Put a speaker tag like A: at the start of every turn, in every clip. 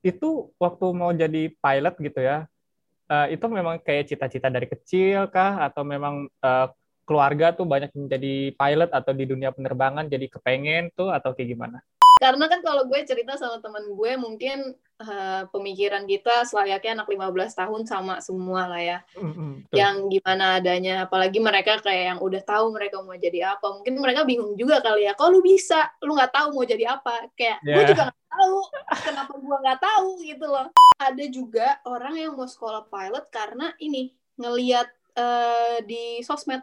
A: itu waktu mau jadi pilot gitu ya, itu memang kayak cita-cita dari kecil kah? Atau memang keluarga tuh banyak yang jadi pilot atau di dunia penerbangan jadi kepengen tuh atau kayak gimana?
B: Karena kan kalau gue cerita sama temen gue, mungkin pemikiran kita selayaknya anak 15 tahun sama semua lah ya. Yang gimana adanya, apalagi mereka kayak yang udah tahu mereka mau jadi apa. Mungkin mereka bingung juga kali ya, kok lu bisa, lu nggak tahu mau jadi apa. Kayak gue juga nggak tahu, kenapa gue nggak tahu gitu loh. Ada juga orang yang mau sekolah pilot karena ini, ngelihat di sosmed.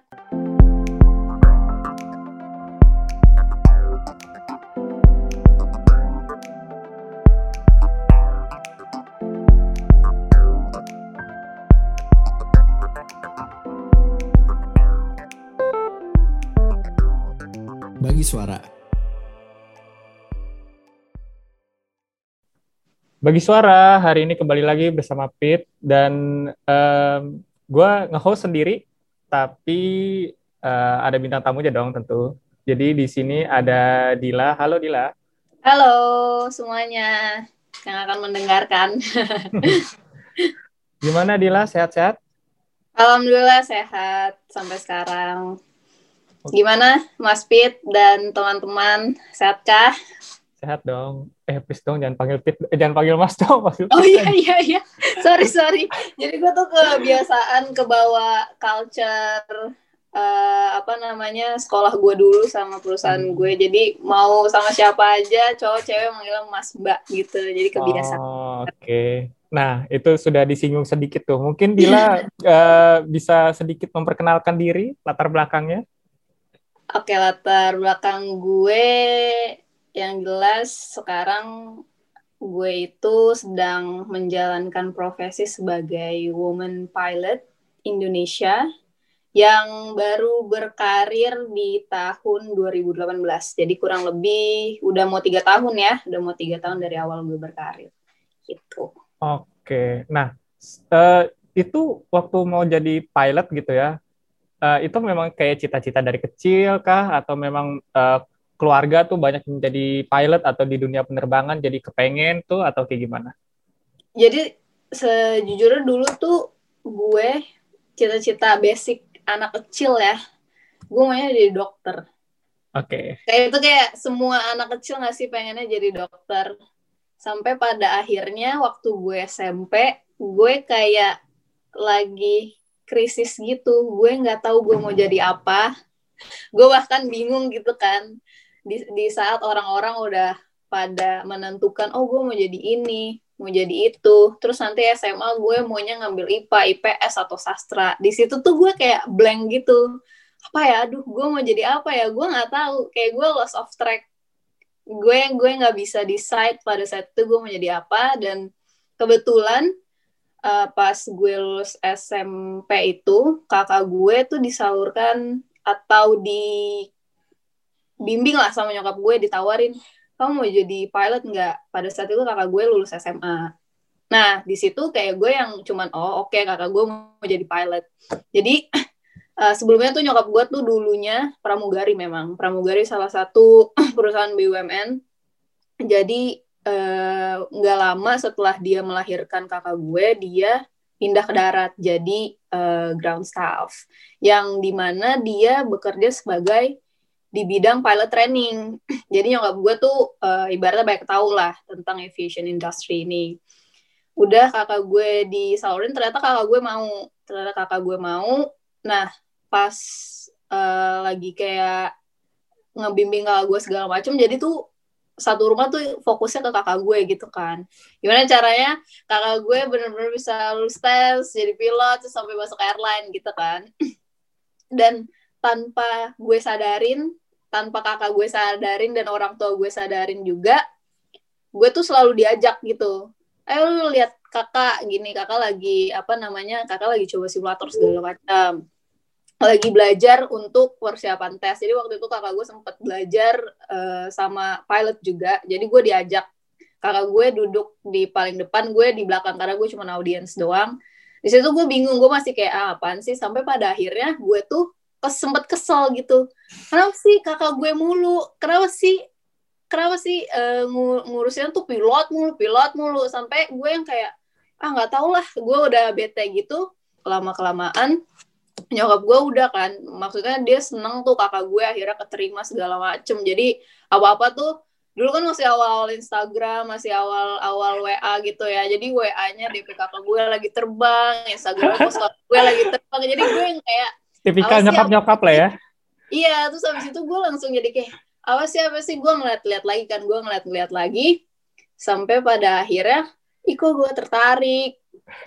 C: Bagi suara.
A: Bagi suara, hari ini kembali lagi bersama Pit dan gue nge-host sendiri, tapi ada bintang tamunya dong tentu. Jadi di sini ada Dila. Halo Dila.
B: Halo semuanya yang akan mendengarkan.
A: Gimana Dila, sehat-sehat?
B: Alhamdulillah sehat sampai sekarang. Gimana Mas Pit dan teman-teman, sehatkah?
A: Sehat dong. Please dong, jangan panggil Pit, jangan panggil Mas dong.
B: Oh iya. Sorry. Jadi gue tuh kebiasaan kebawa culture sekolah gue dulu sama perusahaan gue. Jadi mau sama siapa aja, cowok cewek manggilnya Mas Mbak gitu. Jadi kebiasaan.
A: Oke. Nah, itu sudah disinggung sedikit tuh. Mungkin Dila bisa sedikit memperkenalkan diri, latar belakangnya.
B: Oke, latar belakang gue yang jelas sekarang gue itu sedang menjalankan profesi sebagai woman pilot Indonesia yang baru berkarir di tahun 2018. Jadi kurang lebih udah mau 3 tahun ya, udah mau 3 tahun dari awal gue berkarir. Gitu.
A: Oke. Nah, itu waktu mau jadi pilot gitu ya, itu memang kayak cita-cita dari kecil kah? Atau memang keluarga tuh banyak yang jadi pilot atau di dunia penerbangan jadi kepengen tuh atau kayak gimana?
B: Jadi sejujurnya dulu tuh gue cita-cita basic anak kecil ya, gue maunya jadi dokter.
A: Oke.
B: Kayak itu kayak semua anak kecil nggak sih pengennya jadi dokter. Sampai pada akhirnya waktu gue SMP, gue kayak lagi krisis gitu. Gue nggak tahu gue mau jadi apa. Gue bahkan bingung gitu kan. Di saat orang-orang udah pada menentukan, oh gue mau jadi ini, mau jadi itu. Terus nanti SMA gue maunya ngambil IPA, IPS, atau sastra. Di situ tuh gue kayak blank gitu. Apa ya, aduh gue mau jadi apa ya, gue nggak tahu. Kayak gue lost of track. Gue nggak bisa decide pada saat itu gue mau jadi apa. Dan kebetulan pas gue lulus SMP itu, kakak gue tuh disalurkan atau dibimbing lah sama nyokap gue, ditawarin, kamu mau jadi pilot nggak? Pada saat itu kakak gue lulus SMA. Nah, di situ kayak gue yang cuman, oke, kakak gue mau jadi pilot. Jadi, sebelumnya tuh nyokap gue tuh dulunya pramugari memang. Pramugari salah satu perusahaan BUMN. Jadi, nggak lama setelah dia melahirkan kakak gue, dia pindah ke darat jadi ground staff, yang dimana dia bekerja sebagai di bidang pilot training. Jadi nyokap gue tuh ibaratnya banyak tahu lah tentang aviation industry ini. Udah kakak gue disalurin, ternyata kakak gue mau. Nah, pas lagi kayak ngebimbing kakak gue segala macam, jadi tuh satu rumah tuh fokusnya ke kakak gue gitu kan. Gimana caranya kakak gue benar-benar bisa lulus tes, jadi pilot, terus sampai masuk airline gitu kan. Dan tanpa kakak gue sadarin dan orang tua gue sadarin juga, gue tuh selalu diajak gitu. Ayo lu lihat kakak gini, kakak lagi coba simulator segala macam. Lagi belajar untuk persiapan tes. Jadi waktu itu kakak gue sempat belajar sama pilot juga. Jadi gue diajak. Kakak gue duduk di paling depan, gue di belakang karena gue cuma audiens doang. Di situ gue bingung, gue masih kayak apaan sih? Sampai pada akhirnya gue tuh sempat kesel gitu. Kenapa sih kakak gue mulu? Kenapa sih kenapa sih ngurusin tuh pilot mulu, sampai gue yang kayak nggak tau lah, gue udah bete gitu. Lama-kelamaan nyokap gue udah kan, maksudnya dia seneng tuh kakak gue akhirnya keterima segala macem. Jadi apa-apa tuh, dulu kan masih awal-awal Instagram, masih awal-awal WA gitu ya, jadi WA-nya DP kakak gue lagi terbang, Instagramnya post gue lagi terbang, jadi gue yang kayak
A: Tipikal nyokap-nyokap lah ya.
B: Iya, terus habis itu gue langsung jadi kayak apa sih gue ngeliat-liat lagi kan, gue ngeliat-liat lagi sampai pada akhirnya kok gue tertarik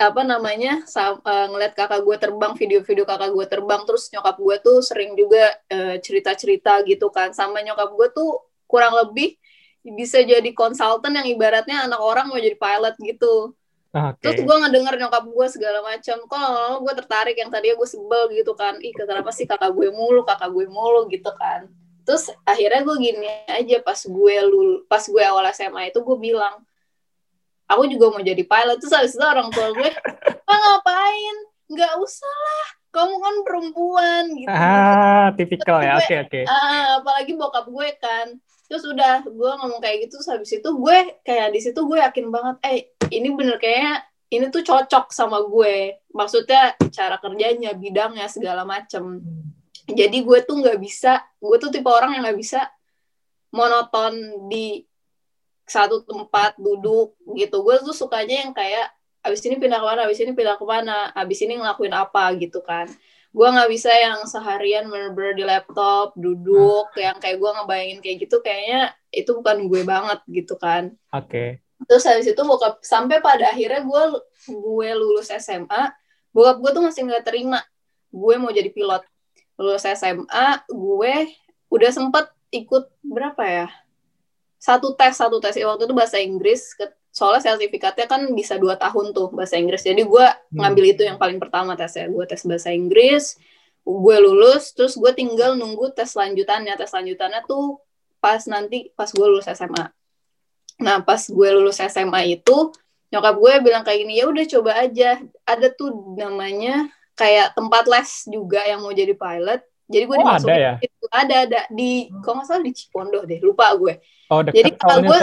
B: ngeliat kakak gue terbang, video-video kakak gue terbang. Terus nyokap gue tuh sering juga cerita-cerita gitu kan, sama nyokap gue tuh kurang lebih bisa jadi konsultan yang ibaratnya anak orang mau jadi pilot gitu. Terus gue ngedenger nyokap gue segala macam, kok lama-lama gue tertarik, yang tadinya gue sebel gitu kan, kenapa sih kakak gue mulu gitu kan. Terus akhirnya gue gini aja, pas gue awal SMA itu gue bilang aku juga mau jadi pilot. Terus habis itu orang tua gue ngapain, nggak usah lah, kamu kan perempuan gitu.
A: Tipikal ya. Oke.
B: Apalagi bokap gue kan. Terus udah gue ngomong kayak gitu, terus habis itu gue kayak di situ gue yakin banget ini bener, kayaknya ini tuh cocok sama gue, maksudnya cara kerjanya, bidangnya, segala macem. Jadi gue tuh tipe orang yang nggak bisa monoton di satu tempat duduk gitu. Gue tuh sukanya yang kayak abis ini pindah kemana, abis ini ngelakuin apa gitu kan. Gue nggak bisa yang seharian bener-bener di laptop duduk, yang kayak gue ngebayangin kayak gitu, kayaknya itu bukan gue banget gitu kan.
A: Oke.
B: Terus habis itu bokap, sampai pada akhirnya gue lulus SMA, bokap gue tuh masih nggak terima gue mau jadi pilot. Lulus SMA gue udah sempet ikut berapa ya, satu tes waktu itu bahasa Inggris, soalnya sertifikatnya kan bisa 2 tahun tuh bahasa Inggris. Jadi gue ngambil itu yang paling pertama tesnya. Gue tes bahasa Inggris, gue lulus, terus gue tinggal nunggu tes lanjutannya. Tes lanjutannya tuh pas gue lulus SMA. Nah, pas gue lulus SMA itu, nyokap gue bilang kayak gini, ya udah coba aja. Ada tuh namanya kayak tempat les juga yang mau jadi pilot. Jadi gue dimasukin
A: ada ya?
B: Itu. Ada di, kalau nggak salah di Cipondoh deh, lupa gue.
A: Deket. Jadi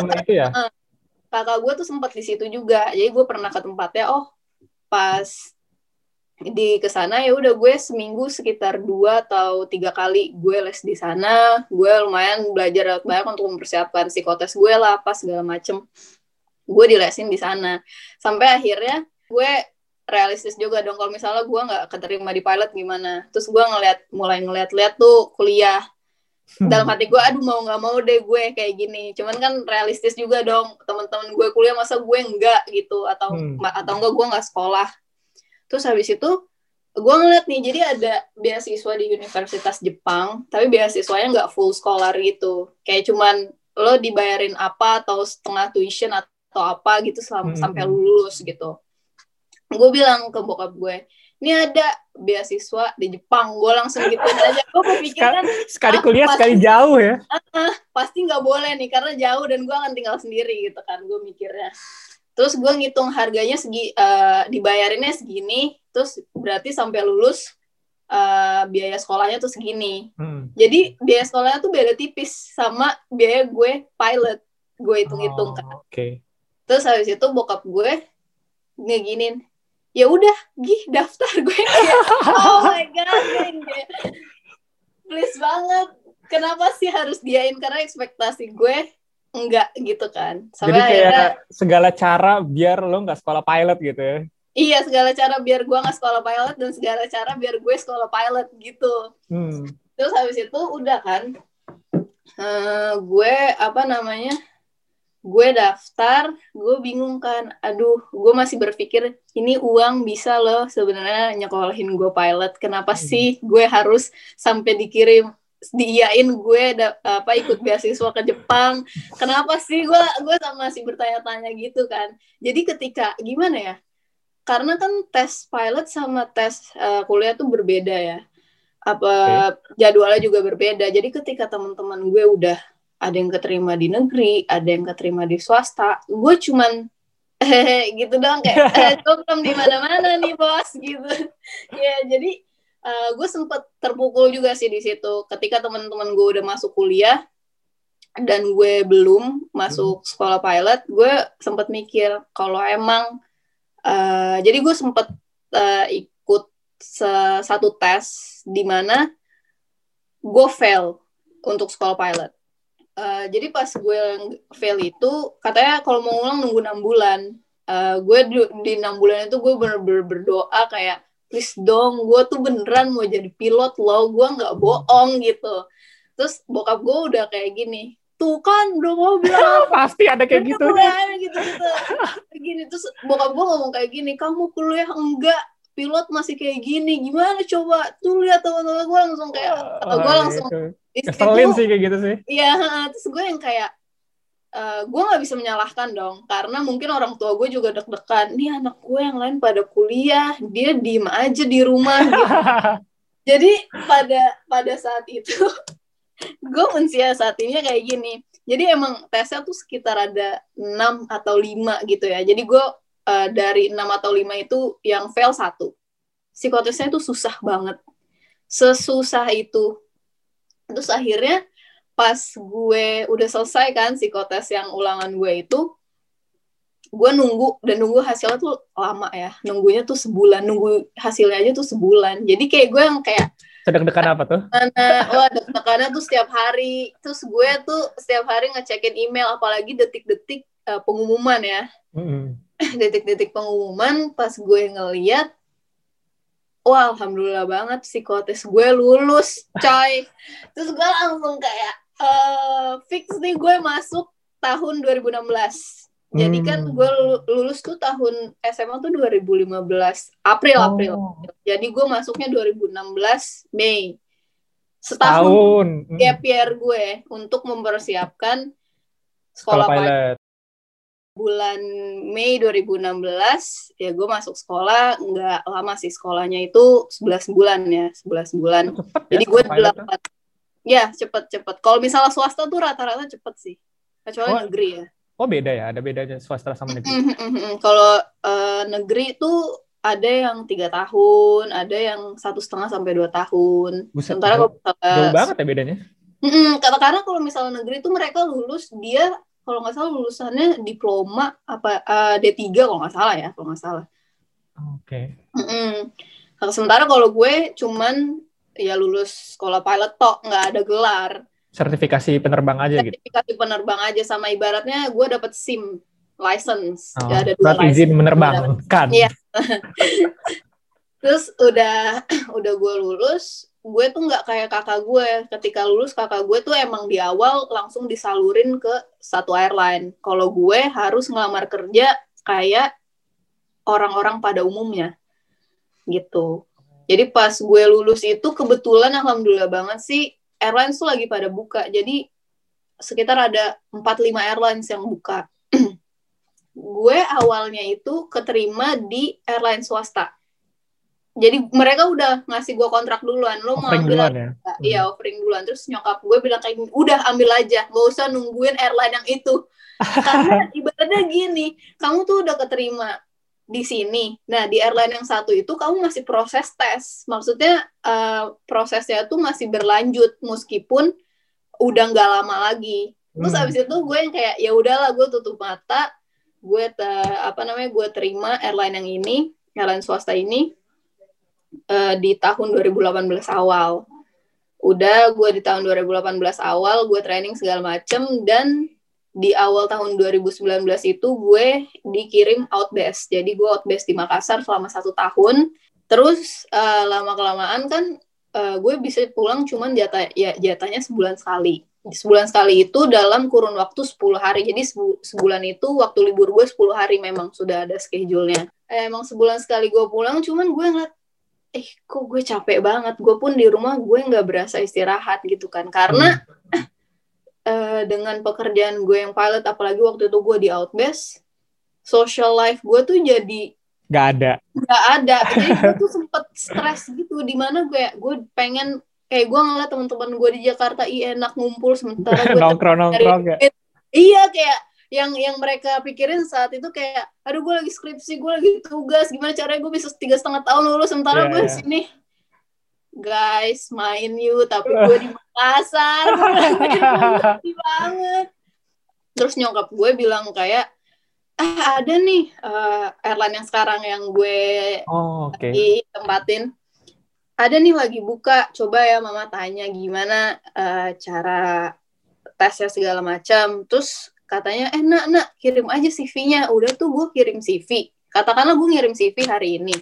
B: kakak gue tuh sempat di situ juga. Jadi gue pernah ke tempatnya. Pas di kesana ya udah gue seminggu sekitar 2 atau 3 kali gue les di sana. Gue lumayan belajar banyak untuk mempersiapkan psikotes gue lah, apa segala macem. Gue dilesin di sana. Sampai akhirnya gue realistis juga dong, kalau misalnya gue nggak keterima di pilot gimana. Terus gue mulai ngeliat tuh kuliah. Dalam hati gue, aduh mau nggak mau deh gue kayak gini. Cuman kan realistis juga dong, teman-teman gue kuliah masa gue enggak gitu, atau enggak gue nggak sekolah. Terus habis itu gue ngeliat nih, jadi ada beasiswa di Universitas Jepang, tapi beasiswanya nggak full scholar gitu, kayak cuman lo dibayarin apa atau setengah tuition atau apa gitu sampai lulus gitu. Gue bilang ke bokap gue, ini ada beasiswa di Jepang. Gue langsung gituin aja. Gue kepikiran
A: sekali kuliah sekali jauh ya.
B: Pasti nggak boleh nih karena jauh dan gue akan tinggal sendiri gitu kan. Gue mikirnya. Terus gue ngitung harganya dibayarinnya segini. Terus berarti sampai lulus biaya sekolahnya tuh segini. Jadi biaya sekolahnya tuh beda tipis sama biaya gue pilot. Gue hitung-hitung kan.
A: Okay.
B: Terus habis itu bokap gue ngeginin, ya udah daftar. Gue kayak oh my god, please banget, kenapa sih harus diain, karena ekspektasi gue enggak gitu kan. Sampai
A: jadi kayak akhirnya, segala cara biar lo nggak sekolah pilot gitu ya.
B: Iya, segala cara biar gue nggak sekolah pilot dan segala cara biar gue sekolah pilot gitu. Terus habis itu udah kan gue daftar, gue bingung kan, aduh, gue masih berpikir ini uang bisa loh sebenarnya nyekolahin gue pilot, kenapa sih gue harus sampai diiyain gue ikut beasiswa ke Jepang, kenapa sih gue masih bertanya-tanya gitu kan. Jadi ketika gimana ya, karena kan tes pilot sama tes kuliah tuh berbeda ya, jadwalnya juga berbeda. Jadi ketika teman-teman gue udah ada yang keterima di negeri, ada yang keterima di swasta, gue cuman gitu doang, kayak gue belum di mana-mana nih bos gitu. Ya jadi gue sempet terpukul juga sih di situ. Ketika teman-teman gue udah masuk kuliah, dan gue belum masuk sekolah pilot, gue sempat mikir kalau emang jadi gue sempat ikut satu tes di mana gue fail untuk sekolah pilot. Jadi pas gue fail itu katanya kalau mau ulang nunggu 6 bulan. Gue di 6 bulan itu gue bener-bener berdoa kayak please dong, gue tuh beneran mau jadi pilot loh, gue nggak bohong gitu. Terus bokap gue udah kayak gini, tuh kan udah mau bilang
A: pasti ada kayak gitu
B: gitu gini. Terus bokap gue ngomong kayak gini, kamu kuliah enggak, pilot masih kayak gini, gimana coba tuh lihat teman-teman gue langsung kayak gue langsung
A: keselin sih kayak gitu sih.
B: Iya, terus gue yang kayak gue nggak bisa menyalahkan dong, karena mungkin orang tua gue juga deg-degan, nih anak gue yang lain pada kuliah, dia diem aja di rumah gitu. Jadi pada saat itu gue mensiasatinya kayak gini. Jadi emang tesnya tuh sekitar ada 6 atau 5 gitu ya. Jadi gue dari 6 atau 5 itu yang fail 1. Psikotesnya tuh susah banget. Sesusah itu. Terus akhirnya pas gue udah selesai kan psikotes yang ulangan gue itu, gue nunggu hasilnya tuh lama ya. Nunggunya tuh sebulan. Nunggu hasilnya aja tuh sebulan. Jadi kayak gue yang kayak
A: sedek-dekan apa tuh?
B: Wah, deg-degannya tuh setiap hari. Terus gue tuh setiap hari ngecekin email, apalagi detik-detik pengumuman ya. Detik-detik pengumuman, pas gue ngeliat, wah alhamdulillah banget psikotes gue lulus, coy. Terus gue langsung kayak, fix nih gue masuk tahun 2016. Jadi kan gue lulus tuh tahun SMA tuh 2015 April. Jadi gue masuknya 2016 Mei. Setahun gap year gue untuk mempersiapkan sekolah pilot. Bulan Mei 2016 ya gue masuk sekolah, nggak lama sih sekolahnya itu 11 bulan ya, 11 bulan. Cepet ya, jadi gue 8. Ya, cepet. Kalau misalnya swasta tuh rata-rata cepet sih. Kecuali negeri ya.
A: Oh beda ya, ada bedanya swasta sama negeri.
B: Kalau negeri tuh ada yang 3 tahun, ada yang 1,5 sampai 2 tahun.
A: Buset,
B: sementara kalau
A: jauh banget ya bedanya.
B: Karena kalau misalnya negeri tuh mereka lulus, dia kalau nggak salah lulusannya diploma D3 kalau nggak salah.
A: Oke.
B: Sementara kalau gue cuman ya lulus sekolah pilot tok, nggak ada gelar.
A: Sertifikasi penerbang aja gitu.
B: Sertifikasi penerbang aja, sama ibaratnya gue dapet SIM license.
A: Ya, ada 2 license. Izin menerbangkan.
B: Iya. Terus udah gue lulus, gue tuh nggak kayak kakak gue. Ketika lulus kakak gue tuh emang di awal langsung disalurin ke satu airline. Kalau gue harus ngelamar kerja kayak orang-orang pada umumnya gitu. Jadi pas gue lulus itu kebetulan alhamdulillah banget sih airlines tuh lagi pada buka. Jadi sekitar ada 4-5 airlines yang buka. Gue awalnya itu keterima di airline swasta. Jadi mereka udah ngasih gue kontrak duluan. Lo mau ambil
A: ya?
B: Iya, offering duluan. Terus nyokap gue bilang kayak gini, udah ambil aja, gak usah nungguin airline yang itu. Karena ibaratnya gini, kamu tuh udah keterima di sini. Nah, di airline yang satu itu kamu masih proses tes. Maksudnya prosesnya tuh masih berlanjut meskipun udah nggak lama lagi. Terus abis itu gue yang kayak ya udahlah, gue tutup mata, gue terima airline yang ini, airline swasta ini di tahun 2018 awal. Udah gue di tahun 2018 awal gue training segala macem, dan di awal tahun 2019 itu gue dikirim outbase. Jadi gue outbase di Makassar selama 1 tahun. Terus lama-kelamaan kan gue bisa pulang cuman jatahnya sebulan sekali. Sebulan sekali itu dalam kurun waktu 10 hari. Jadi sebulan itu waktu libur gue 10 hari memang sudah ada schedule-nya. Emang sebulan sekali gue pulang, cuman gue ngeliat, kok gue capek banget. Gue pun di rumah gue nggak berasa istirahat gitu kan. Karena dengan pekerjaan gue yang pilot, apalagi waktu itu gue di outbase, social life gue tuh jadi
A: nggak ada.
B: Jadi gue tuh sempet stres gitu, dimana gue pengen kayak gue ngeliat teman-teman gue di Jakarta enak ngumpul, sementara gue
A: nongkrong ya.
B: Iya, kayak yang mereka pikirin saat itu kayak, aduh gue lagi skripsi, gue lagi tugas, gimana caranya gue bisa 3,5 tahun lulus, sementara gue di sini guys main tapi gue di Kasar, gue bilang gitu, sedih banget. Terus nyokap gue bilang kayak, ada nih airline yang sekarang yang gue lagi tempatin, ada nih lagi buka, coba ya mama tanya gimana cara tesnya segala macam. Terus katanya, nak kirim aja CV-nya. Udah tuh gue kirim CV. Katakanlah gue ngirim CV hari ini.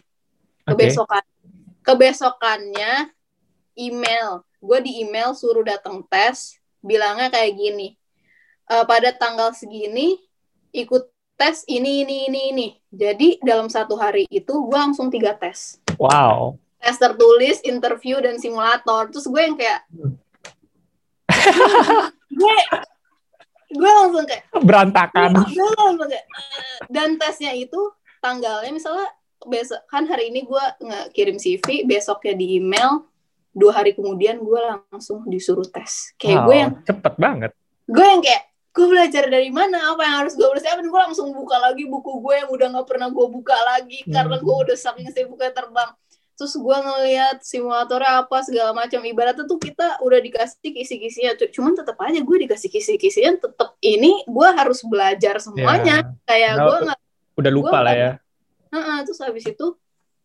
B: Kebesokannya email. Gue di email suruh datang tes. Bilangnya kayak gini. Pada tanggal segini ikut tes ini. Jadi dalam 1 hari itu gue langsung 3 tes.
A: Wow.
B: Tes tertulis, interview, dan simulator. Terus gue yang kayak gue langsung kayak
A: berantakan.
B: Dan tesnya itu tanggalnya misalnya besok, kan hari ini gue ngirim CV, besoknya di email, 2 hari kemudian gue langsung disuruh tes. Kayak gue yang
A: cepet banget.
B: Gue yang kayak, gue belajar dari mana, apa yang harus gue persiapin. Gue langsung buka lagi buku gue yang udah gak pernah gue buka lagi karena gue udah saking sibuknya terbang. Terus gue ngeliat simulatornya apa segala macam. Ibaratnya tuh kita udah dikasih kisi-kisinya, cuman tetap aja gue dikasih kisi-kisinya, tetap ini gue harus belajar semuanya. Kayak gue nggak
A: udah lupa lah ya.
B: Terus habis itu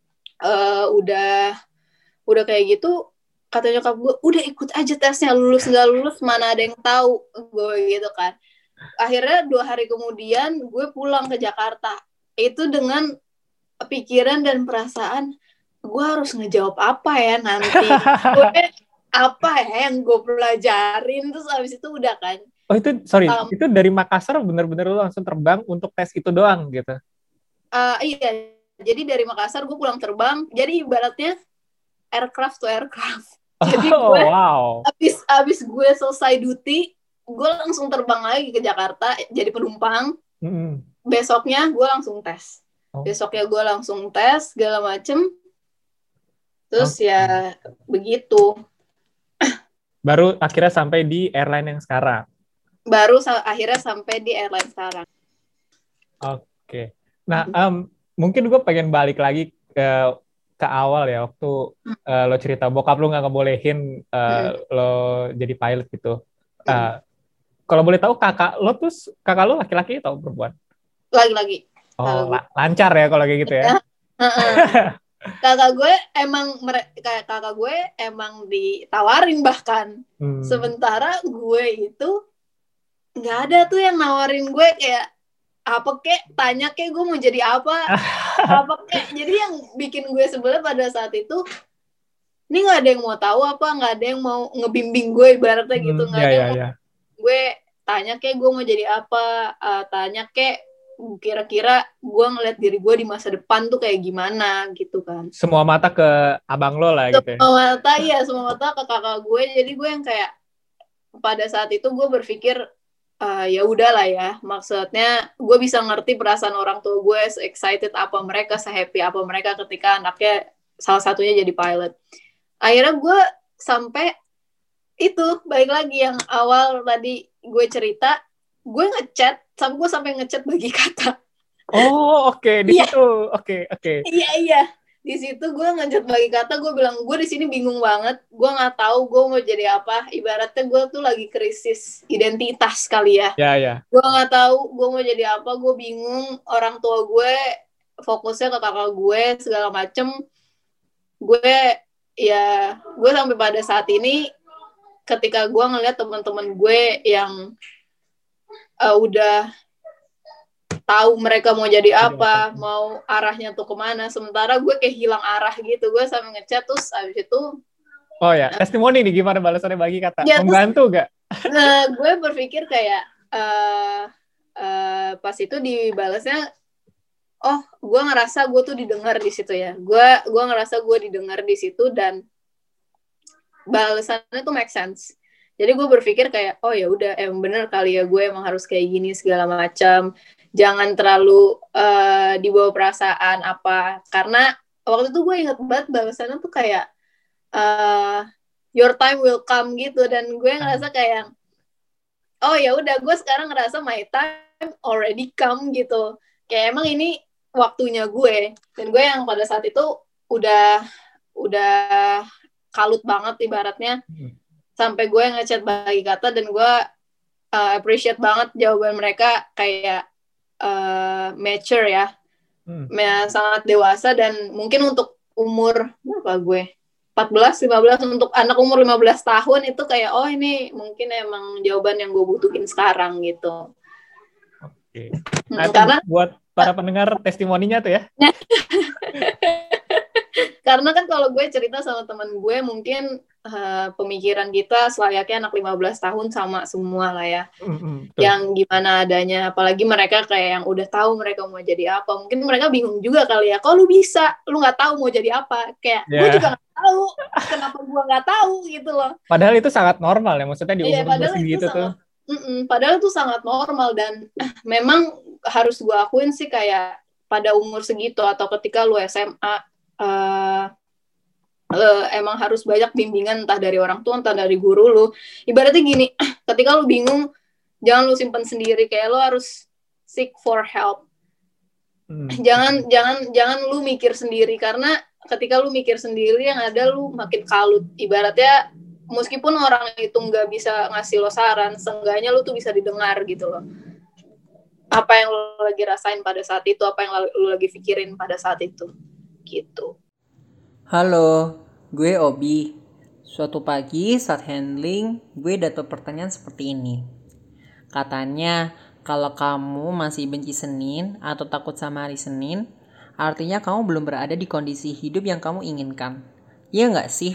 B: udah kayak gitu, kata nyokap gue, udah ikut aja tesnya, lulus nggak lulus mana ada yang tahu, gue gitu kan. Akhirnya 2 hari kemudian gue pulang ke Jakarta, itu dengan pikiran dan perasaan, gue harus ngejawab apa ya nanti, gue apa ya yang gue pelajarin. Terus abis itu udah kan.
A: Oh itu, sorry, itu dari Makassar bener-bener lu langsung terbang untuk tes itu doang gitu?
B: Iya, jadi dari Makassar gue pulang terbang, jadi ibaratnya aircraft to aircraft. Jadi gue abis gue selesai duty, gue langsung terbang lagi ke Jakarta jadi penumpang. Besoknya gue langsung tes. Besoknya gue langsung tes segala macem. Terus ya begitu.
A: Baru akhirnya sampai di airline yang sekarang.
B: Akhirnya sampai di airline sekarang.
A: Oke. Nah, mungkin gue pengen balik lagi ke awal ya, waktu lo cerita bokap lo nggak ngebolehin lo jadi pilot gitu. Kalau boleh tahu kakak lo laki-laki atau perempuan?
B: Laki-laki.
A: Oh, lancar ya kalau kayak gitu ya.
B: Kakak gue emang ditawarin bahkan. Sementara gue itu nggak ada tuh yang nawarin gue kayak apa kek, tanya kek gue mau jadi apa kek. Jadi yang bikin gue sebelnya pada saat itu, ini nggak ada yang mau tahu apa, nggak ada yang mau ngebimbing gue ibaratnya gitu, nggak ada yang mau gue tanya kek gue mau jadi apa, tanya kek kira-kira gue ngeliat diri gue di masa depan tuh kayak gimana gitu kan.
A: Semua mata ke abang lo lah gitu ya.
B: Semua mata ke kakak gue. Jadi gue yang kayak pada saat itu gue berpikir ya udahlah ya, maksudnya gue bisa ngerti perasaan orang tua gue, excited apa mereka, happy apa mereka ketika anaknya salah satunya jadi pilot. Akhirnya gue sampai itu, balik lagi yang awal tadi gue cerita, gue ngechat, sampai ngechat bagi kata.
A: Oh oke. Di situ oke.
B: Iya. Di situ gue ngechat bagi kata, gue bilang gue di sini bingung banget, gue nggak tahu gue mau jadi apa. Ibaratnya gue tuh lagi krisis identitas kali ya.
A: Ya.
B: Gue nggak tahu gue mau jadi apa, gue bingung. Orang tua gue fokusnya ke kakak gue segala macem. Gue sampai pada saat ini, ketika gue ngeliat teman-teman gue yang udah tahu mereka mau jadi apa, mau arahnya tuh kemana, sementara gue kayak hilang arah gitu. Gue sampai ngechat, terus abis itu
A: testimoni nih, gimana balasannya bagi kata? Membantu gak?
B: Nah, gue berpikir kayak pas itu dibalasnya, gue ngerasa gue tuh didengar di situ ya. Gue ngerasa gue didengar di situ, dan balasannya tuh make sense. Jadi gue berpikir kayak, oh ya udah, emang bener kali ya gue emang harus kayak gini segala macam. Jangan terlalu dibawa perasaan apa. Karena waktu itu gue inget banget balasannya tuh kayak your time will come gitu. Dan gue ngerasa kayak, oh ya udah, gue sekarang ngerasa my time already come gitu. Kayak emang ini waktunya gue. Dan gue yang pada saat itu udah kalut banget ibaratnya. sampai gue ngechat bagi kata, dan gue appreciate banget jawaban mereka kayak mature ya, sangat dewasa. Dan mungkin untuk umur berapa gue 14-15, untuk anak umur 15 tahun itu kayak oh ini mungkin emang jawaban yang gue butuhin sekarang gitu.
A: Oke. Nah, karena buat para pendengar testimoninya tuh ya.
B: Karena kan kalau gue cerita sama teman gue, mungkin pemikiran kita selayaknya anak 15 tahun sama semua lah ya. Yang gimana adanya, apalagi mereka kayak yang udah tahu mereka mau jadi apa. Mungkin mereka bingung juga kali ya, kok lu bisa, lu nggak tahu mau jadi apa. Kayak gue juga nggak tahu, kenapa gue nggak tahu gitu loh.
A: Padahal itu sangat normal ya, maksudnya di umur segitu tuh.
B: Padahal itu sangat normal, dan memang harus gue akuin sih kayak pada umur segitu atau ketika lu SMA, emang harus banyak bimbingan entah dari orang tua entah dari guru lu. Ibaratnya gini, ketika lu bingung jangan lu simpen sendiri, kayak lu harus seek for help. Jangan lu mikir sendiri, karena ketika lu mikir sendiri yang ada lu makin kalut. Ibaratnya meskipun orang itu nggak bisa ngasih lo saran, seenggaknya lu tuh bisa didengar gitu loh. Apa yang lu lagi rasain pada saat itu, apa yang lu lagi pikirin pada saat itu gitu.
C: Halo, gue Obi. Suatu pagi saat handling, gue dapat pertanyaan seperti ini. Katanya, kalau kamu masih benci Senin atau takut sama hari Senin, artinya kamu belum berada di kondisi hidup yang kamu inginkan. Iya nggak sih?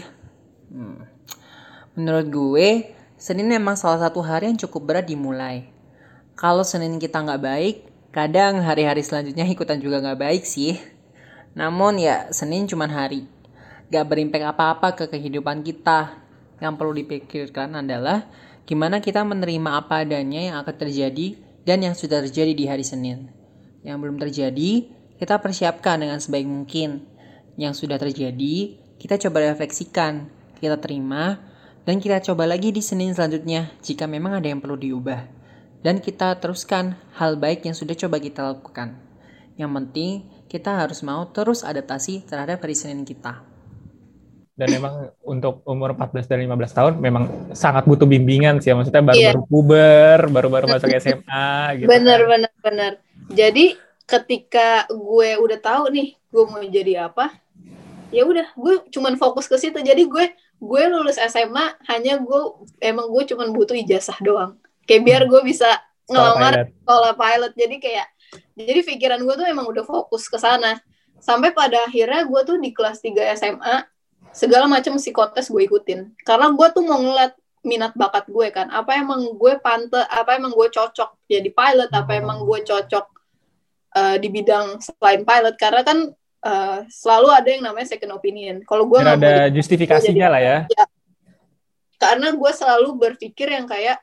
C: Menurut gue, Senin memang salah satu hari yang cukup berat dimulai. Kalau Senin kita nggak baik, kadang hari-hari selanjutnya ikutan juga nggak baik sih. Namun ya, Senin cuma hari. Gak berimpact apa-apa ke kehidupan kita. Yang perlu dipikirkan adalah gimana kita menerima apa adanya yang akan terjadi dan yang sudah terjadi di hari Senin. Yang belum terjadi, kita persiapkan dengan sebaik mungkin. Yang sudah terjadi, kita coba refleksikan, kita terima, dan kita coba lagi di Senin selanjutnya jika memang ada yang perlu diubah. Dan kita teruskan hal baik yang sudah coba kita lakukan. Yang penting, kita harus mau terus adaptasi terhadap hari Senin kita.
A: Dan memang untuk umur 14 dan 15 tahun memang sangat butuh bimbingan sih. Maksudnya baru-baru puber, baru-baru masuk SMA gitu.
B: Bener. Jadi ketika gue udah tahu nih gue mau jadi apa, ya udah gue cuman fokus ke situ. Jadi gue lulus SMA hanya gue cuman butuh ijazah doang. Kayak biar gue bisa ngelamar sekolah pilot. Jadi pikiran gue tuh emang udah fokus ke sana. Sampai pada akhirnya gue tuh di kelas 3 SMA segala macam psikotes gue ikutin, karena gue tuh mau ngeliat minat bakat gue kan, apa emang gue apa emang gue cocok jadi pilot, apa emang gue cocok di bidang selain pilot, karena kan selalu ada yang namanya second opinion. Kalau gue nggak
A: ada justifikasinya lah ya.
B: Karena gue selalu berpikir yang kayak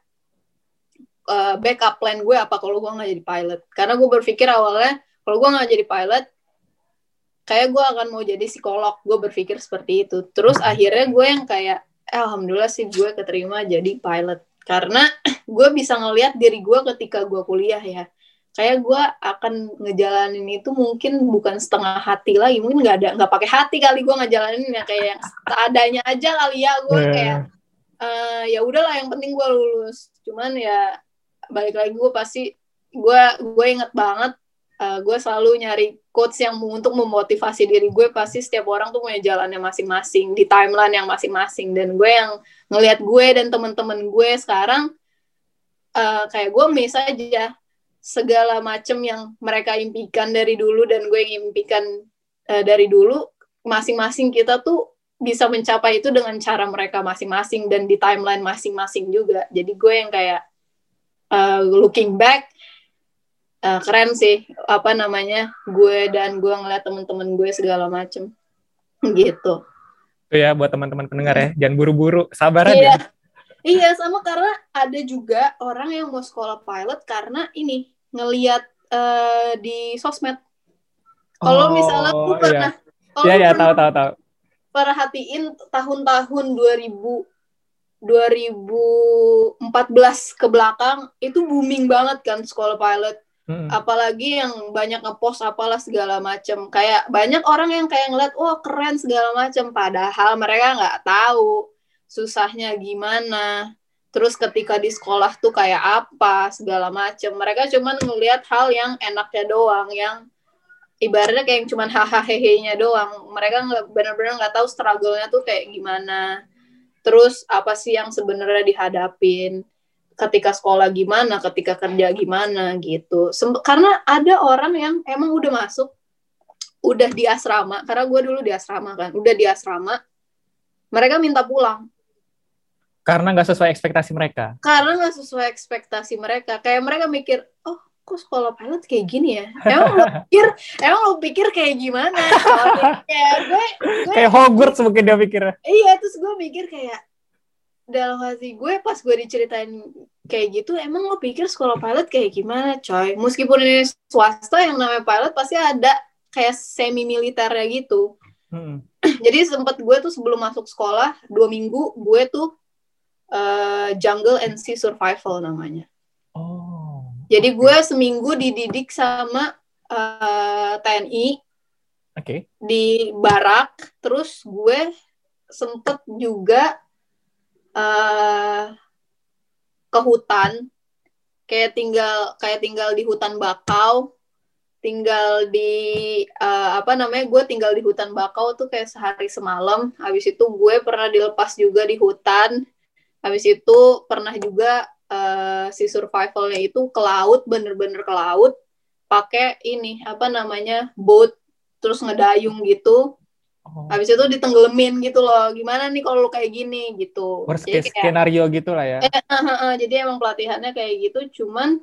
B: backup plan gue apa kalau gue nggak jadi pilot, karena gue berpikir awalnya kalau gue nggak jadi pilot kayak gue akan mau jadi psikolog, gue berpikir seperti itu. Terus akhirnya gue yang kayak, alhamdulillah sih gue keterima jadi pilot. Karena gue bisa ngelihat diri gue ketika gue kuliah ya. Kayak gue akan ngejalanin itu mungkin bukan setengah hati lagi, mungkin nggak pakai hati kali gue ngejalanin ya, kayak yang seadanya aja kali ya. Gue kayak, ya udahlah yang penting gue lulus. Cuman ya balik lagi gue inget banget. Gue selalu nyari quotes yang untuk memotivasi diri gue. Pasti setiap orang tuh punya jalannya masing-masing, di timeline yang masing-masing. Dan gue yang ngelihat gue dan teman-teman gue sekarang, kayak gue miss aja segala macem yang mereka impikan dari dulu dan gue yang impikan dari dulu. Masing-masing kita tuh bisa mencapai itu dengan cara mereka masing-masing dan di timeline masing-masing juga. Jadi gue yang kayak looking back, keren sih gue ngeliat temen-temen gue segala macem gitu.
A: Itu ya buat teman-teman pendengar ya, jangan buru-buru, sabar aja.
B: Iya, sama karena ada juga orang yang mau sekolah pilot karena ini ngeliat di sosmed. Kalau misalnya gue pernah
A: tahu
B: perhatiin tahun-tahun 2014 ke belakang itu booming banget kan sekolah pilot. Apalagi yang banyak ngepost apalah segala macem, kayak banyak orang yang kayak ngeliat wah keren segala macem, padahal mereka nggak tahu susahnya gimana, terus ketika di sekolah tuh kayak apa, segala macem. Mereka cuman ngelihat hal yang enaknya doang, yang ibaratnya kayak yang cuman hahaha doang. Mereka benar-benar nggak tahu struggle-nya tuh kayak gimana. Terus apa sih yang sebenarnya dihadapin ketika sekolah gimana, ketika kerja gimana gitu. Karena ada orang yang emang udah masuk, udah di asrama, karena gue dulu di asrama kan, udah di asrama, mereka minta pulang.
A: Karena nggak sesuai ekspektasi mereka.
B: Karena nggak sesuai ekspektasi mereka. Kayak mereka mikir, oh kok sekolah pilot kayak gini ya? Emang lo pikir kayak gimana? Kayak gue
A: kayak Hogwarts mungkin dia pikir.
B: Iya, terus gue mikir kayak dalam hati gue pas gue diceritain kayak gitu, emang lo pikir sekolah pilot kayak gimana, coy? Meskipun ini swasta, yang namanya pilot pasti ada kayak semi militernya gitu. Jadi sempet gue tuh sebelum masuk sekolah 2 minggu gue tuh Jungle and Sea Survival namanya.
A: Oh.
B: Jadi gue seminggu dididik sama TNI.
A: Oke.
B: Di barak, terus gue sempet juga ke hutan, kayak tinggal di hutan bakau, tinggal di gue tinggal di hutan bakau tuh kayak sehari semalam. Habis itu gue pernah dilepas juga di hutan. Habis itu pernah juga si survivalnya itu ke laut, bener-bener ke laut, pakai ini boat, terus ngedayung gitu. Habis itu ditenggelamin gitu loh. Gimana nih kalau lu kayak gini gitu.
A: Worst case skenario gitu lah ya.
B: Jadi emang pelatihannya kayak gitu, cuman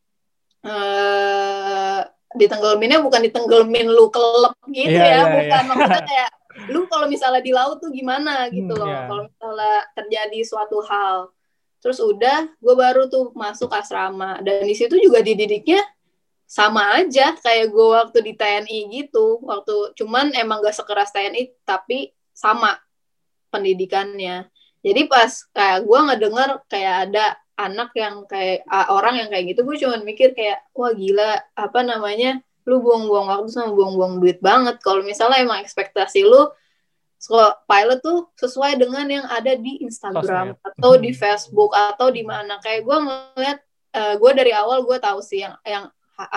B: ditenggelaminnya bukan ditenggelamin lu kelep gitu bukan. Maksudnya kayak lu kalau misalnya di laut tuh gimana gitu loh. Kalau misalnya terjadi suatu hal. Terus udah, gue baru tuh masuk asrama. Dan di situ juga dididiknya sama aja kayak gue waktu di TNI gitu. Cuman emang gak sekeras TNI, tapi sama pendidikannya. Jadi pas kayak gue ngedenger kayak ada anak yang kayak orang yang kayak gitu, gue cuman mikir kayak, wah gila, lu buang-buang waktu sama buang-buang duit banget. Kalau misalnya emang ekspektasi lu sekolah pilot tuh sesuai dengan yang ada di Instagram atau di Facebook atau di mana. Kayak gue ngeliat, gue dari awal gue tahu sih yang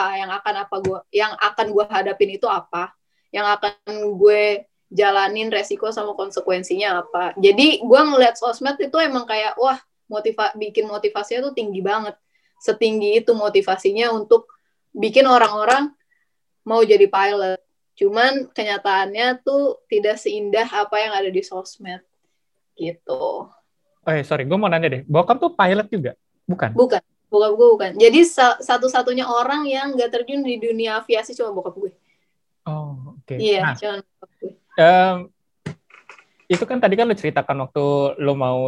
B: akan gue hadapin itu apa, yang akan gue jalanin resiko sama konsekuensinya apa. Jadi gue ngeliat sosmed itu emang kayak wah bikin motivasinya tuh tinggi banget, setinggi itu motivasinya untuk bikin orang-orang mau jadi pilot. Cuman kenyataannya tuh tidak seindah apa yang ada di sosmed gitu.
A: Sorry, gue mau nanya deh, bokap tuh pilot juga? Bukan?
B: Bukan, bokap gue bukan. Jadi satu-satunya orang yang gak terjun di dunia aviasi cuma bokap gue.
A: Oh, oke.
B: Iya, cuma bokap gue.
A: Itu kan tadi kan lo ceritakan waktu lo mau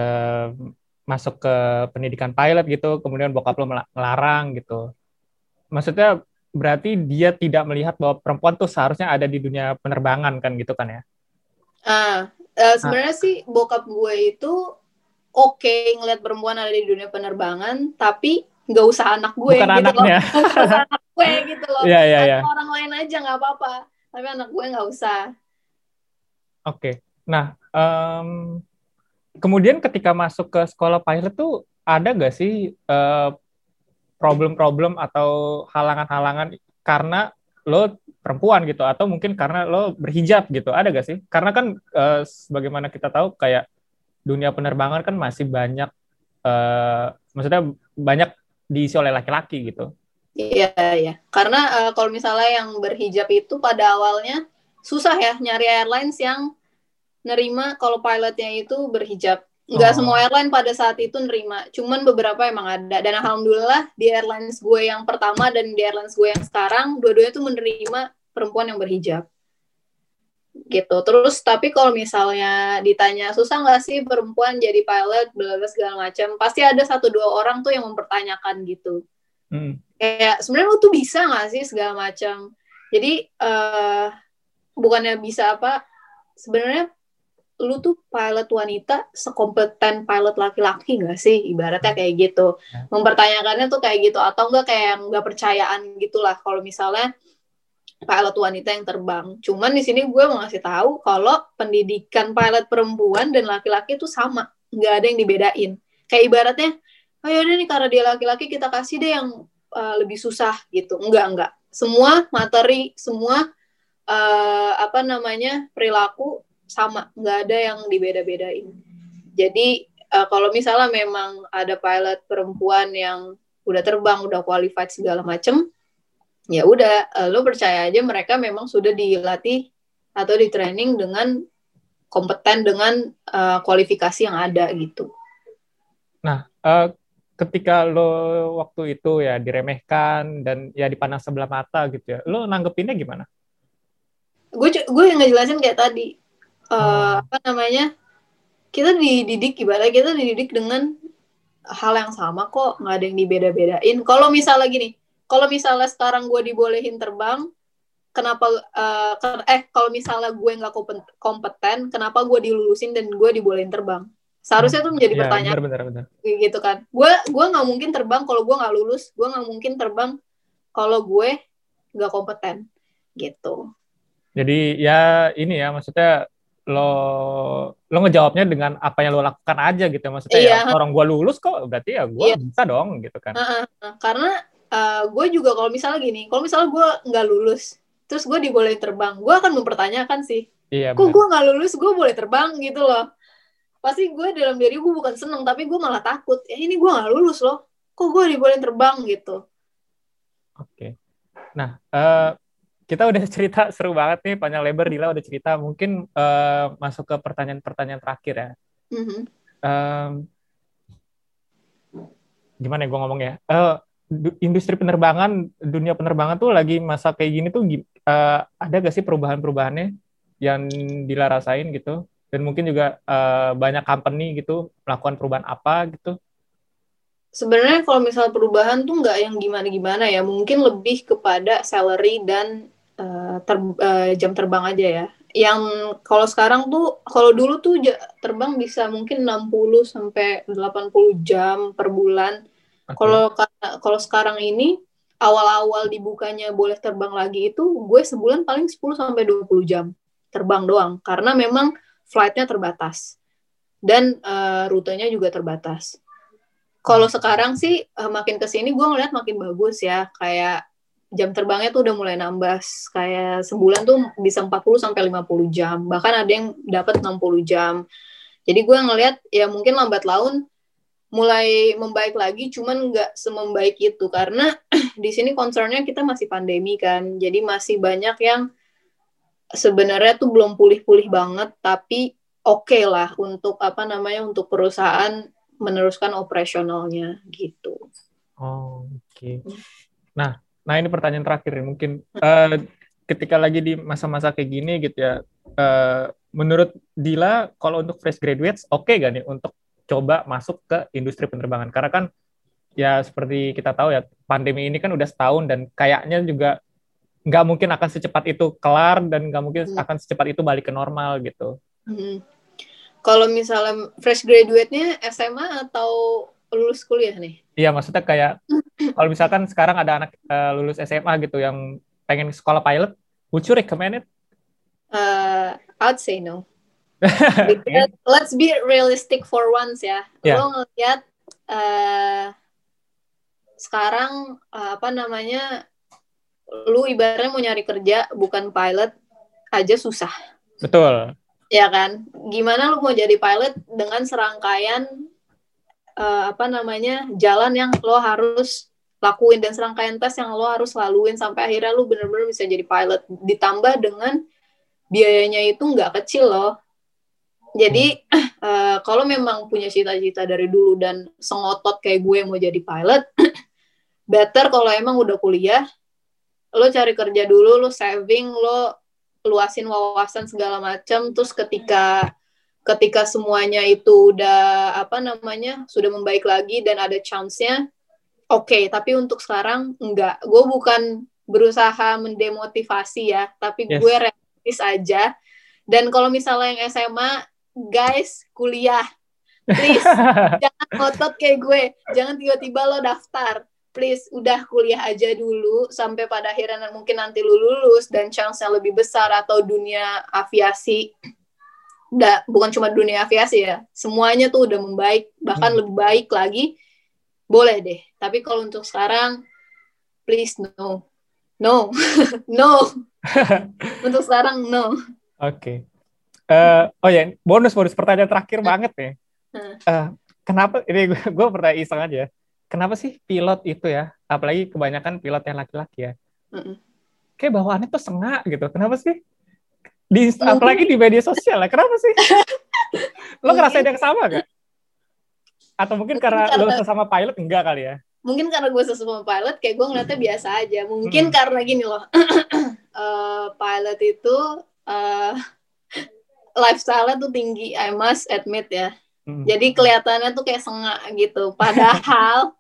A: masuk ke pendidikan pilot gitu, kemudian bokap lo melarang gitu. Maksudnya berarti dia tidak melihat bahwa perempuan tuh seharusnya ada di dunia penerbangan kan gitu kan ya?
B: Sebenarnya sih bokap gue itu oke ngelihat perempuan ada di dunia penerbangan, tapi nggak usah anak gue.
A: Bukan
B: gitu
A: anaknya.
B: Loh. Nggak usah anak gue gitu loh.
A: Iya.
B: Orang lain aja nggak apa-apa, tapi anak gue nggak usah.
A: Oke. Nah, kemudian ketika masuk ke sekolah pilot tuh ada nggak sih problem-problem atau halangan-halangan karena lo perempuan gitu, atau mungkin karena lo berhijab gitu, ada gak sih? Karena kan sebagaimana kita tahu kayak dunia penerbangan kan masih banyak, maksudnya banyak diisi oleh laki-laki gitu.
B: Iya. Karena kalau misalnya yang berhijab itu pada awalnya susah ya nyari airlines yang nerima kalau pilotnya itu berhijab. Nggak semua airline pada saat itu nerima, cuman beberapa emang ada. Dan alhamdulillah di airlines gue yang pertama dan di airlines gue yang sekarang, dua-duanya tuh menerima perempuan yang berhijab. Gitu. Terus tapi kalau misalnya ditanya susah nggak sih perempuan jadi pilot, bla-bla segala macam, pasti ada 1-2 orang tuh yang mempertanyakan gitu. Kayak sebenarnya lu tuh bisa nggak sih segala macam. Jadi bukannya bisa apa, sebenarnya lu tuh pilot wanita sekompeten pilot laki-laki nggak sih, ibaratnya kayak gitu. Mempertanyakannya tuh kayak gitu, atau enggak kayak nggak percayaan gitulah kalau misalnya pilot wanita yang terbang. Cuman di sini gue mau ngasih tahu kalau pendidikan pilot perempuan dan laki-laki itu sama, nggak ada yang dibedain. Kayak ibaratnya, oh yaudah nih karena dia laki-laki kita kasih deh yang lebih susah gitu. Enggak. Semua materi, semua perilaku sama, nggak ada yang dibeda-bedain. Jadi kalau misalnya memang ada pilot perempuan yang udah terbang, udah qualified segala macem, ya udah lo percaya aja mereka memang sudah dilatih atau di training dengan kompeten dengan kualifikasi yang ada gitu.
A: Nah, ketika lo waktu itu ya diremehkan dan ya dipandang sebelah mata gitu ya, lo nanggepinnya gimana?
B: Gue yang ngejelasin kayak tadi, kita dididik ibaratnya kita dididik dengan hal yang sama kok, nggak ada yang dibeda-bedain. Kalau misalnya sekarang gue dibolehin terbang, kenapa kalau misalnya gue nggak kompeten, kenapa gue dilulusin dan gue dibolehin terbang? Seharusnya tuh menjadi pertanyaan.
A: Benar.
B: Gitu kan. Gue nggak mungkin terbang kalau gue nggak lulus. Gue nggak mungkin terbang kalau gue nggak kompeten. Gitu.
A: Jadi ya ini ya, maksudnya lo ngejawabnya dengan apa yang lo lakukan aja gitu. Maksudnya ya orang gue lulus kok, berarti ya gue bisa dong gitu kan.
B: Karena gue juga kalau misalnya gue nggak lulus, terus gue dibolehin terbang, gue akan mempertanyakan sih, kok gue nggak lulus, gue boleh terbang gitu loh. Pasti gue dalam diri gue bukan seneng, tapi gue malah takut, ini gue nggak lulus loh, kok gue dibolehin terbang gitu.
A: Oke. Nah, kita udah cerita seru banget nih, panjang lebar. Dila udah cerita. Mungkin masuk ke pertanyaan-pertanyaan terakhir ya. Gimana ya gue ngomongnya? Industri penerbangan, dunia penerbangan tuh lagi masa kayak gini tuh ada gak sih perubahan-perubahannya yang Dila rasain gitu? Dan mungkin juga banyak company gitu melakukan perubahan apa gitu?
B: Sebenarnya kalau misal perubahan tuh nggak yang gimana-gimana ya, mungkin lebih kepada salary dan jam terbang aja ya. Yang kalau sekarang tuh, kalau dulu tuh terbang bisa mungkin 60 sampai 80 jam per bulan. Kalau sekarang ini awal-awal dibukanya boleh terbang lagi itu gue sebulan paling 10 sampai 20 jam terbang doang karena memang flight-nya terbatas dan rutenya juga terbatas. Kalau sekarang sih makin kesini gue ngeliat makin bagus ya, kayak jam terbangnya tuh udah mulai nambah, kayak sebulan tuh bisa 40 sampai 50 jam, bahkan ada yang dapat 60 jam. Jadi gue ngeliat ya mungkin lambat laun mulai membaik lagi, cuman nggak semembaik itu karena di sini concernnya kita masih pandemi kan, jadi masih banyak yang sebenarnya tuh belum pulih-pulih banget, tapi oke lah untuk untuk perusahaan meneruskan operasionalnya gitu.
A: Oke. Nah ini pertanyaan terakhir nih, mungkin ketika lagi di masa-masa kayak gini gitu ya, menurut Dila kalau untuk fresh graduates oke gak nih untuk coba masuk ke industri penerbangan? Karena kan ya seperti kita tahu ya, pandemi ini kan udah setahun dan kayaknya juga nggak mungkin akan secepat itu kelar dan nggak mungkin akan secepat itu balik ke normal gitu.
B: Kalau misalnya fresh graduate-nya SMA atau lulus kuliah nih?
A: Iya, maksudnya kayak kalau misalkan sekarang ada anak lulus SMA gitu yang pengen sekolah pilot, would you recommend it?
B: I'd say no. Let's be realistic for once ya. Lo ngeliat sekarang lu ibaratnya mau nyari kerja bukan pilot aja susah.
A: Betul.
B: Ya kan? Gimana lu mau jadi pilot dengan serangkaian jalan yang lo harus lakuin dan serangkaian tes yang lo harus laluin sampai akhirnya lu bener-bener bisa jadi pilot, ditambah dengan biayanya itu nggak kecil loh. Jadi kalau memang punya cita-cita dari dulu dan sengotot kayak gue mau jadi pilot, better kalau emang udah kuliah, lo cari kerja dulu, lo saving, lo luasin wawasan segala macam, terus ketika semuanya itu udah sudah membaik lagi dan ada chance-nya, oke. Tapi untuk sekarang enggak. Gue bukan berusaha mendemotivasi ya, tapi gue realistis aja. Dan kalau misalnya yang SMA, guys, kuliah, please jangan ngotot kayak gue, jangan tiba-tiba lo daftar please udah kuliah aja dulu sampai pada akhirnya mungkin nanti lu lulus dan chance-nya lebih besar, atau dunia aviasi bukan cuma dunia aviasi ya, semuanya tuh udah membaik, bahkan lebih baik lagi, boleh deh. Tapi kalau untuk sekarang, please no. No. No. Untuk sekarang, no.
A: Oke. Oh ya, bonus pertanyaan terakhir banget ya. Kenapa, ini gue pernah iseng aja, kenapa sih pilot itu ya, apalagi kebanyakan pilot yang laki-laki ya, kayak bawaannya tuh sengak gitu, kenapa sih? Apalagi di media sosial lah, kenapa sih? Lo ngerasain yang sama gak? Atau mungkin karena lo sesama pilot enggak kali ya?
B: Mungkin karena gue sesama pilot, kayak gue ngeliatnya biasa aja. Mungkin karena gini loh, pilot itu lifestyle-nya tuh tinggi, I must admit ya. Jadi kelihatannya tuh kayak sengak gitu. Padahal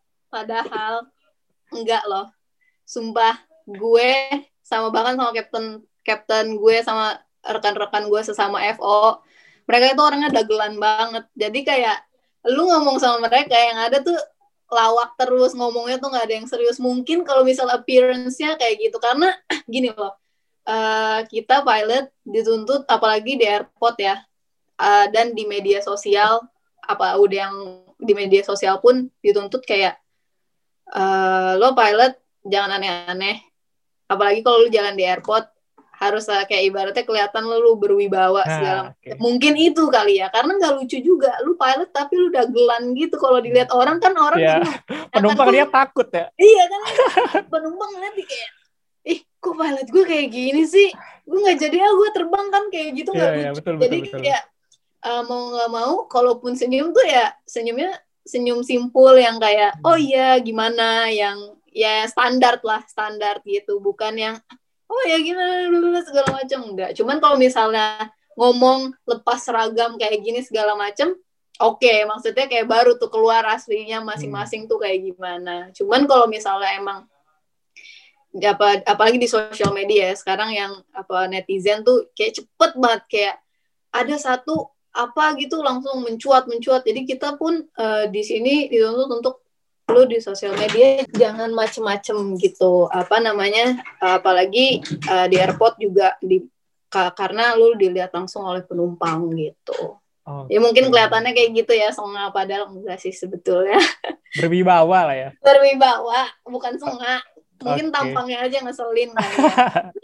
B: enggak loh. Sumpah, gue bahkan sama kapten gue sama rekan-rekan gue sesama FO, mereka itu orangnya dagelan banget. Jadi kayak lu ngomong sama mereka yang ada tuh lawak terus, ngomongnya tuh nggak ada yang serius. Mungkin kalau misal appearance-nya kayak gitu, karena gini loh, kita pilot dituntut, apalagi di airport ya, dan di media sosial, udah yang di media sosial pun dituntut kayak lo pilot jangan aneh-aneh, apalagi kalau lu jalan di airport harus kayak ibaratnya kelihatan lu berwibawa segala macam. Mungkin itu kali ya, karena nggak lucu juga lu pilot tapi lu dagelan gitu. Kalau dilihat orang kan
A: penumpang dia takut ya.
B: Iya kan, penumpang ngeliat kayak, kok pilot gue kayak gini sih, gue nggak jadi gue terbang kan, kayak gitu nggak lucu.
A: Betul,
B: jadi
A: betul.
B: Kayak mau nggak mau, kalaupun senyum tuh ya senyumnya senyum simpul yang kayak oh iya gimana, yang ya standar gitu, bukan yang oh ya gimana segala macam, enggak. Cuman kalau misalnya ngomong lepas seragam kayak gini segala macam, oke, maksudnya kayak baru tuh keluar aslinya masing-masing tuh kayak gimana. Cuman kalau misalnya emang apalagi di sosial media ya, sekarang yang netizen tuh kayak cepet banget, kayak ada satu gitu langsung mencuat. Jadi kita pun di sini dituntut untuk lu di sosial media jangan macem-macem gitu, apalagi di airport juga karena lu dilihat langsung oleh penumpang gitu. Ya mungkin kelihatannya kayak gitu ya, sengak, padahal enggak sih sebetulnya.
A: Berwibawa lah ya.
B: Berwibawa, bukan sengak. Mungkin tampangnya aja ngeselin kan ya.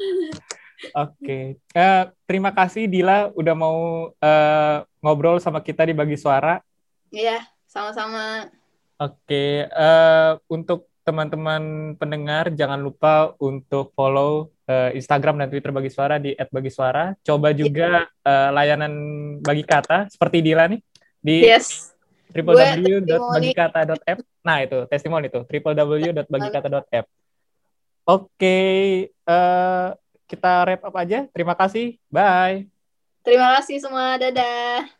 A: Oke. Terima kasih Dila udah mau ngobrol sama kita di Bagi Suara.
B: Iya, sama-sama.
A: Oke, untuk teman-teman pendengar jangan lupa untuk follow Instagram dan Twitter Bagi Suara di @bagisuara. Coba juga layanan Bagi Kata seperti Dila nih di www.bagikata.app. Nah itu testimoni itu www.bagikata.app. Oke, kita wrap up aja. Terima kasih. Bye.
B: Terima kasih semua. Dadah.